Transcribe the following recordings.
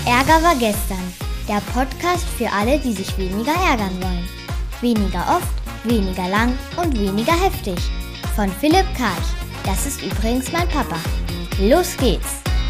Ärger war gestern. Der Podcast für alle, die sich weniger ärgern wollen. Weniger oft, weniger lang und weniger heftig. Von Philipp Karch. Das ist übrigens mein Papa. Los geht's!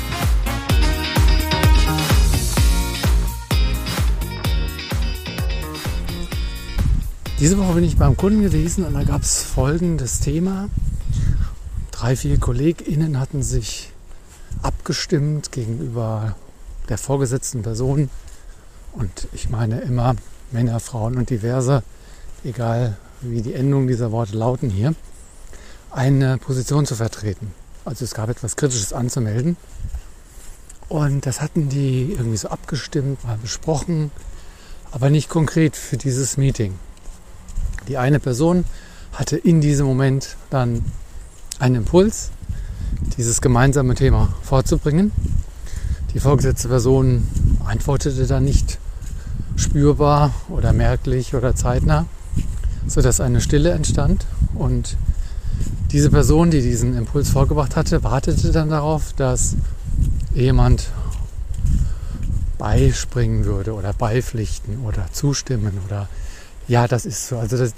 Diese Woche bin ich beim Kunden gewesen und da gab es folgendes Thema. 3, 4 KollegInnen hatten sich abgestimmt gegenüber der vorgesetzten Person. Und ich meine immer Männer, Frauen und diverse, egal wie die Endungen dieser Worte lauten hier, eine Position zu vertreten. Also es gab etwas Kritisches anzumelden. Und das hatten die irgendwie so abgestimmt, mal besprochen, aber nicht konkret für dieses Meeting. Die eine Person hatte in diesem Moment dann einen Impuls, dieses gemeinsame Thema vorzubringen. Die vorgesetzte Person antwortete dann nicht spürbar oder merklich oder zeitnah, sodass eine Stille entstand. Und diese Person, die diesen Impuls vorgebracht hatte, wartete dann darauf, dass jemand beispringen würde oder beipflichten oder zustimmen oder ja, das ist so. Also das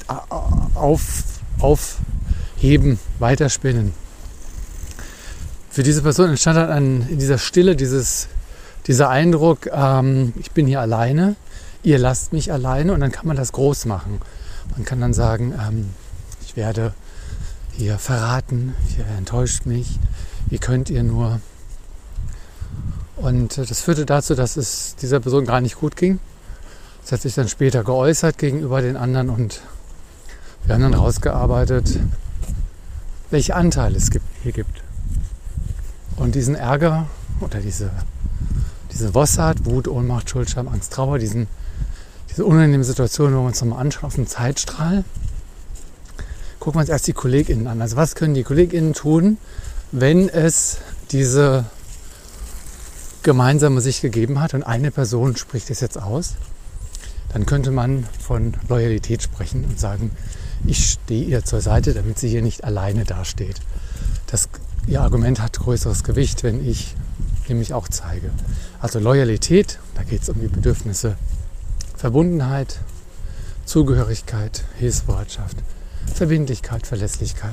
aufheben, weiterspinnen. Für diese Person entstand dann in dieser Stille dieser Eindruck, ich bin hier alleine, ihr lasst mich alleine, und dann kann man das groß machen. Man kann dann sagen, ich werde hier verraten, ihr enttäuscht mich, wie könnt ihr nur. Und das führte dazu, dass es dieser Person gar nicht gut ging. Das hat sich dann später geäußert gegenüber den anderen und wir haben dann rausgearbeitet, welche Anteile es hier gibt. Und diesen Ärger oder diese Wossat, Wut, Ohnmacht, Schuld, Scham, Angst, Trauer, diese unangenehme Situation, wo wir uns nochmal anschauen auf dem Zeitstrahl, gucken wir uns erst die KollegInnen an. Also was können die KollegInnen tun, wenn es diese gemeinsame Sicht gegeben hat und eine Person spricht es jetzt aus? Dann könnte man von Loyalität sprechen und sagen, ich stehe ihr zur Seite, damit sie hier nicht alleine dasteht. Ihr Argument hat größeres Gewicht, wenn ich nämlich auch zeige. Also Loyalität, da geht es um die Bedürfnisse Verbundenheit, Zugehörigkeit, Hilfsbereitschaft, Verbindlichkeit, Verlässlichkeit.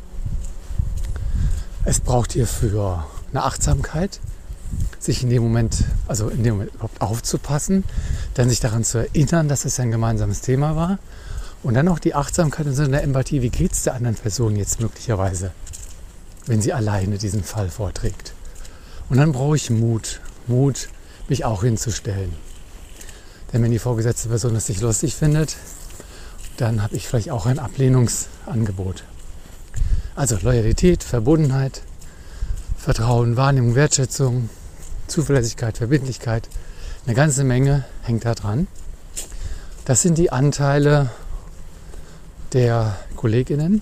Es braucht hierfür eine Achtsamkeit, sich in dem Moment überhaupt aufzupassen, dann sich daran zu erinnern, dass es ein gemeinsames Thema war und dann auch die Achtsamkeit und so eine Empathie, wie geht es der anderen Person jetzt möglicherweise, wenn sie alleine diesen Fall vorträgt. Und dann brauche ich Mut, mich auch hinzustellen. Denn wenn die vorgesetzte Person das nicht lustig findet, dann habe ich vielleicht auch ein Ablehnungsangebot. Also Loyalität, Verbundenheit, Vertrauen, Wahrnehmung, Wertschätzung, Zuverlässigkeit, Verbindlichkeit, eine ganze Menge hängt da dran. Das sind die Anteile der KollegInnen.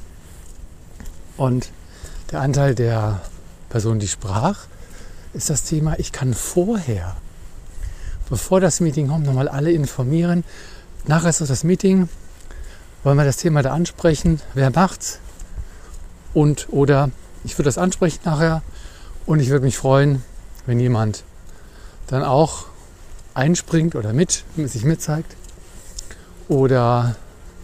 Und der Anteil der Person, die sprach, ist das Thema, ich kann vorher, bevor das Meeting kommt, nochmal alle informieren. Nachher ist das Meeting, wollen wir das Thema da ansprechen, wer macht's? Oder ich würde das ansprechen nachher und ich würde mich freuen, wenn jemand dann auch einspringt oder sich mitzeigt. Oder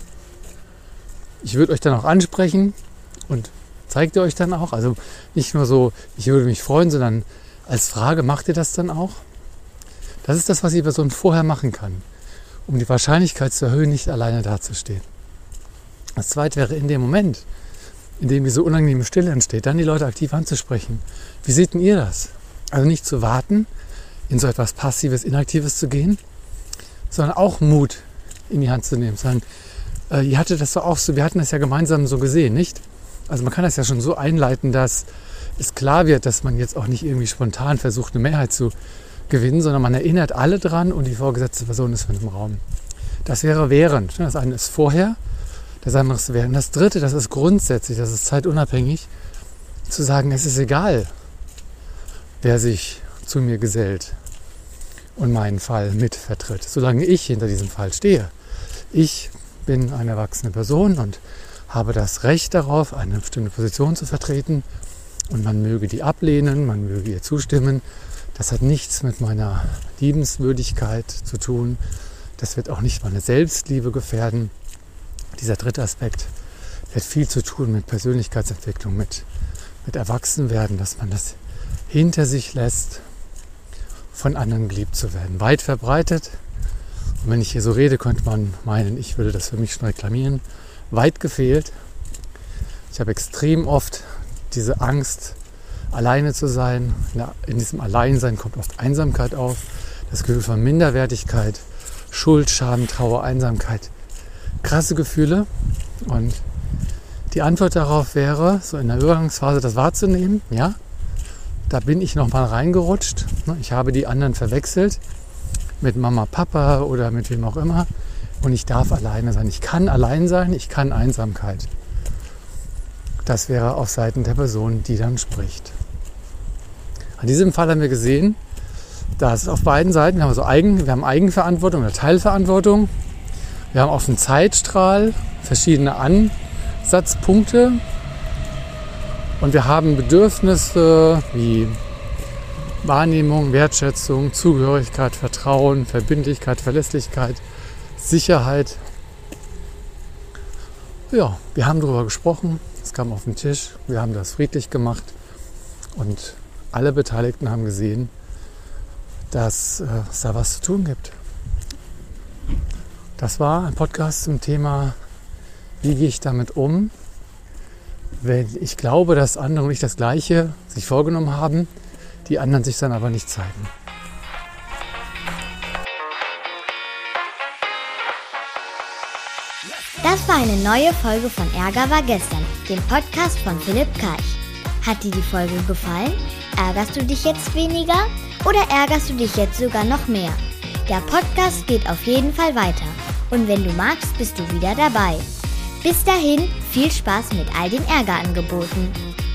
ich würde euch dann auch ansprechen und zeigt ihr euch dann auch. Also nicht nur so, ich würde mich freuen, sondern als Frage, macht ihr das dann auch? Das ist das, was die Person vorher machen kann, um die Wahrscheinlichkeit zu erhöhen, nicht alleine dazustehen. Das Zweite wäre in dem Moment, in dem diese unangenehme Stille entsteht, dann die Leute aktiv anzusprechen. Wie seht denn ihr das? Also nicht zu warten, in so etwas Passives, Inaktives zu gehen, sondern auch Mut in die Hand zu nehmen. Sagen, ihr hattet das doch auch so, wir hatten das ja gemeinsam so gesehen, nicht? Also man kann das ja schon so einleiten, dass es klar wird, dass man jetzt auch nicht irgendwie spontan versucht, eine Mehrheit zu gewinnen, sondern man erinnert alle dran und die vorgesetzte Person ist mit im Raum. Das wäre während. Das eine ist vorher, das andere ist während. Das dritte, das ist grundsätzlich, das ist zeitunabhängig, zu sagen, es ist egal, wer sich zu mir gesellt und meinen Fall mitvertritt, solange ich hinter diesem Fall stehe. Ich bin eine erwachsene Person und habe das Recht darauf, eine bestimmte Position zu vertreten und man möge die ablehnen, man möge ihr zustimmen. Das hat nichts mit meiner Liebenswürdigkeit zu tun. Das wird auch nicht meine Selbstliebe gefährden. Dieser dritte Aspekt hat viel zu tun mit Persönlichkeitsentwicklung, mit Erwachsenwerden, dass man das hinter sich lässt, von anderen geliebt zu werden. Weit verbreitet. Und wenn ich hier so rede, könnte man meinen, ich würde das für mich schon reklamieren. Weit gefehlt. Ich habe extrem oft diese Angst, alleine zu sein. In diesem Alleinsein kommt oft Einsamkeit auf, das Gefühl von Minderwertigkeit, Schuld, Scham, Trauer, Einsamkeit. Krasse Gefühle. Und die Antwort darauf wäre, so in der Übergangsphase das wahrzunehmen. Ja, da bin ich nochmal reingerutscht. Ich habe die anderen verwechselt mit Mama, Papa oder mit wem auch immer. Und ich darf alleine sein. Ich kann allein sein, ich kann Einsamkeit. Das wäre auf Seiten der Person, die dann spricht. An diesem Fall haben wir gesehen, dass auf beiden Seiten wir haben Eigenverantwortung oder Teilverantwortung. Wir haben auf dem Zeitstrahl verschiedene Ansatzpunkte. Und wir haben Bedürfnisse wie Wahrnehmung, Wertschätzung, Zugehörigkeit, Vertrauen, Verbindlichkeit, Verlässlichkeit, Sicherheit. Ja, wir haben darüber gesprochen. Es kam auf den Tisch, wir haben das friedlich gemacht und alle Beteiligten haben gesehen, dass es da was zu tun gibt. Das war ein Podcast zum Thema, wie gehe ich damit um, wenn ich glaube, dass andere nicht das Gleiche sich vorgenommen haben, die anderen sich dann aber nicht zeigen. Das war eine neue Folge von Ärger war gestern, dem Podcast von Philipp Karch. Hat dir die Folge gefallen? Ärgerst du dich jetzt weniger oder ärgerst du dich jetzt sogar noch mehr? Der Podcast geht auf jeden Fall weiter und wenn du magst, bist du wieder dabei. Bis dahin, viel Spaß mit all den Ärgerangeboten.